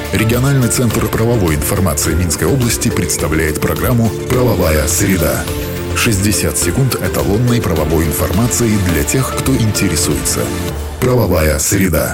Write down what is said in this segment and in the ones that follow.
Региональный центр правовой информации Минской области представляет программу «Правовая среда». 60 секунд эталонной правовой информации для тех, кто интересуется. «Правовая среда».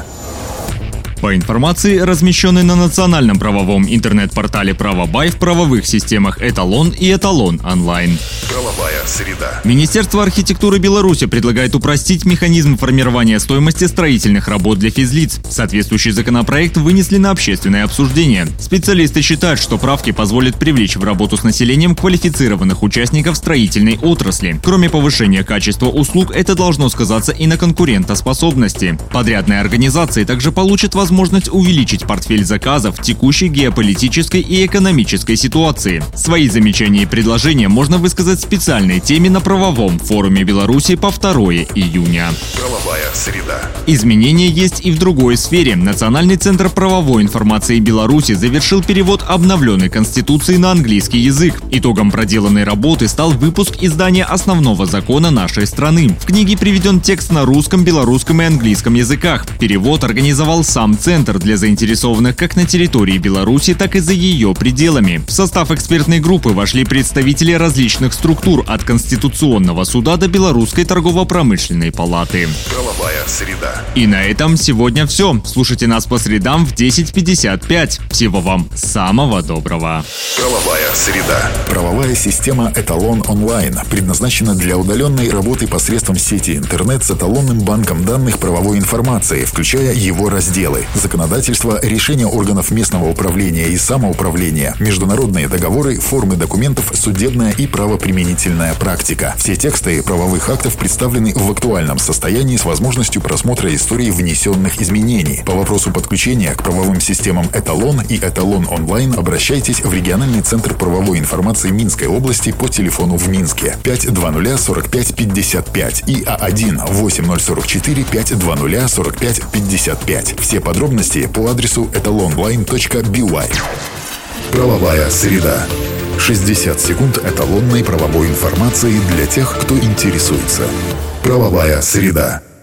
По информации, размещенной на национальном правовом интернет-портале «Правобай», в правовых системах «Эталон» и «Эталон онлайн». Правовая среда. Министерство архитектуры Беларуси предлагает упростить механизм формирования стоимости строительных работ для физлиц. Соответствующий законопроект вынесли на общественное обсуждение. Специалисты считают, что правки позволят привлечь в работу с населением квалифицированных участников строительной отрасли. Кроме повышения качества услуг, это должно сказаться и на конкурентоспособности. Подрядные организации также получат возможность увеличить портфель заказов в текущей геополитической и экономической ситуации. Свои замечания и предложения можно высказать в специальной теме на правовом форуме Беларуси по 2 июня. Правовая среда. Изменения есть и в другой сфере. Национальный центр правовой информации Беларуси завершил перевод обновленной Конституции на английский язык. Итогом проделанной работы стал выпуск издания основного закона нашей страны. В книге приведен текст на русском, белорусском и английском языках. Перевод организовал сам Центр для заинтересованных как на территории Беларуси, так и за ее пределами. В состав экспертной группы вошли представители различных структур от Конституционного суда до Белорусской торгово-промышленной палаты. Правовая среда. И на этом сегодня все. Слушайте нас по средам в 10:55. Всего вам самого доброго. Правовая среда. Правовая система «Эталон онлайн» предназначена для удаленной работы посредством сети интернет с эталонным банком данных правовой информации, включая его разделы: законодательство, решения органов местного управления и самоуправления, международные договоры, формы документов, судебная и правоприменительная практика. Все тексты правовых актов представлены в актуальном состоянии с возможностью просмотра истории внесенных изменений. По вопросу подключения к правовым системам «Эталон» и «Эталон онлайн» обращайтесь в региональный центр правовой информации Минской области по телефону в Минске 520-45-55 и А1-8044-520-45-55. Все подробности по адресу etalonline.by. Правовая среда. 60 секунд эталонной правовой информации для тех, кто интересуется. Правовая среда.